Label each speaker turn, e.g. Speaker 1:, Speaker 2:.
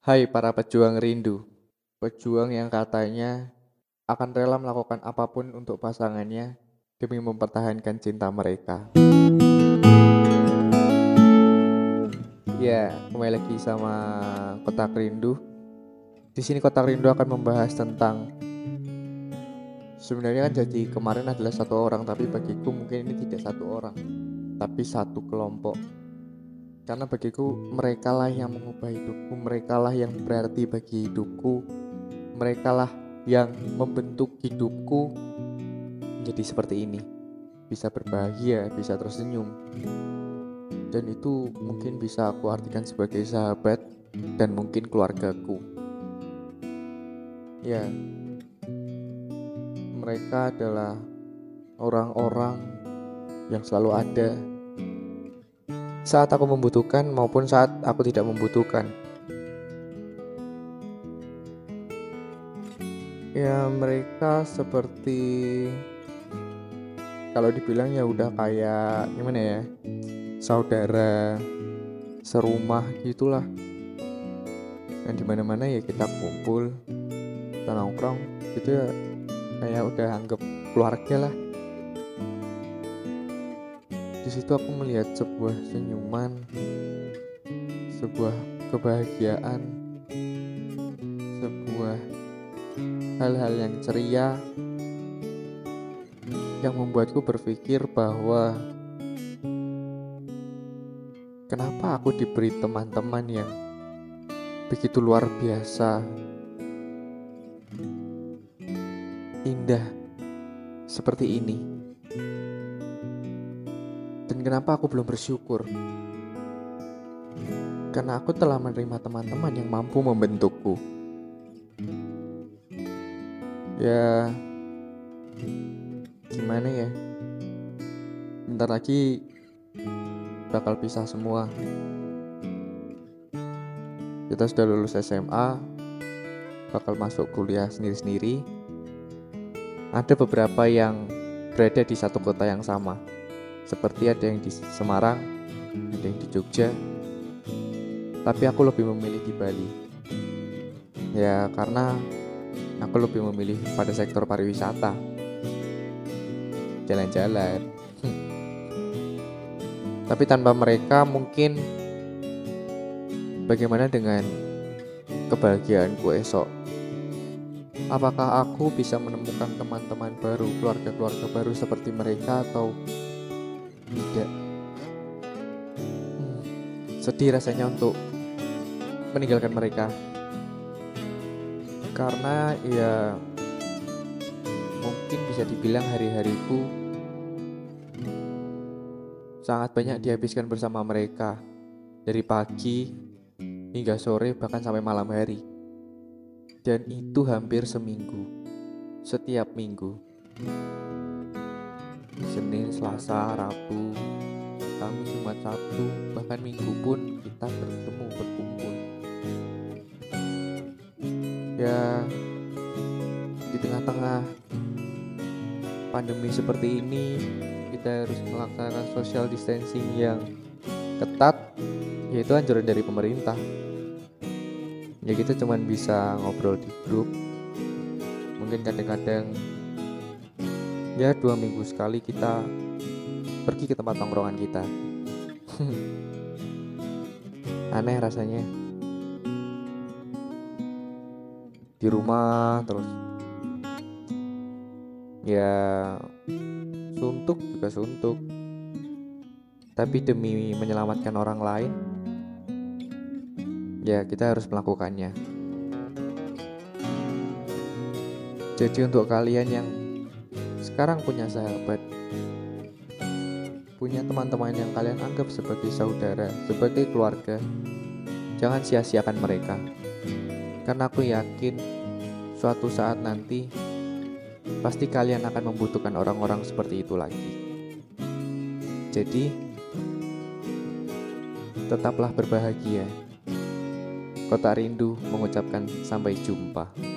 Speaker 1: Hai para pejuang rindu, pejuang yang katanya akan rela melakukan apapun untuk pasangannya demi mempertahankan cinta mereka. Ya, kembali lagi sama Kotak Rindu. Di sini Kotak Rindu akan membahas tentang sebenarnya kan jadi kemarin adalah satu orang, tapi bagiku mungkin ini tidak satu orang, tapi satu kelompok. Karena bagiku mereka lah yang mengubah hidupku, mereka lah yang berarti bagi hidupku, mereka lah yang membentuk hidupku menjadi seperti ini. Bisa berbahagia, bisa tersenyum. Dan itu mungkin bisa aku artikan sebagai sahabat dan mungkin keluargaku. Ya, mereka adalah orang-orang yang selalu ada saat aku membutuhkan maupun saat aku tidak membutuhkan. Ya, mereka seperti kalau dibilang ya udah kayak gimana ya? Saudara serumah gitulah. Dan dimana-mana ya kita kumpul, kita nongkrong gitu ya, kayak udah anggap keluarga lah. Di situ aku melihat sebuah senyuman, sebuah kebahagiaan, sebuah hal-hal yang ceria yang membuatku berpikir bahwa kenapa aku diberi teman-teman yang begitu luar biasa, indah seperti ini. Dan kenapa aku belum bersyukur? Karena aku telah menerima teman-teman yang mampu membentukku. Ya, gimana ya? Bentar lagi bakal pisah semua. Kita sudah lulus SMA, bakal masuk kuliah sendiri-sendiri. Ada beberapa yang berada di satu kota yang sama. Seperti ada yang di Semarang, ada yang di Jogja. Tapi aku lebih memilih di Bali. Ya, karena aku lebih memilih pada sektor pariwisata. Jalan-jalan. Tapi tanpa mereka mungkin bagaimana dengan kebahagiaanku esok? Apakah aku bisa menemukan teman-teman baru, keluarga-keluarga baru seperti mereka atau tidak? Sedih rasanya untuk meninggalkan mereka. Karena ya mungkin bisa dibilang hari-hariku sangat banyak dihabiskan bersama mereka. Dari pagi hingga sore bahkan sampai malam hari. Dan itu hampir seminggu. Setiap minggu. Senin, Selasa, Rabu, Kamis, Jumat, Sabtu, bahkan Minggu pun kita bertemu, berkumpul. Ya, di tengah-tengah pandemi seperti ini, kita harus melaksanakan social distancing yang ketat, yaitu anjuran dari pemerintah. Ya kita cuman bisa ngobrol di grup. Mungkin kadang-kadang ya 2 minggu sekali kita pergi ke tempat tongkrongan kita. Aneh rasanya. Di rumah terus. Ya suntuk juga suntuk. Tapi demi menyelamatkan orang lain, ya kita harus melakukannya. Jadi untuk kalian yang sekarang punya sahabat, punya teman-teman yang kalian anggap sebagai saudara, sebagai keluarga, jangan sia-siakan mereka. Karena aku yakin suatu saat nanti pasti kalian akan membutuhkan orang-orang seperti itu lagi. Jadi tetaplah berbahagia. Kota Rindu mengucapkan sampai jumpa.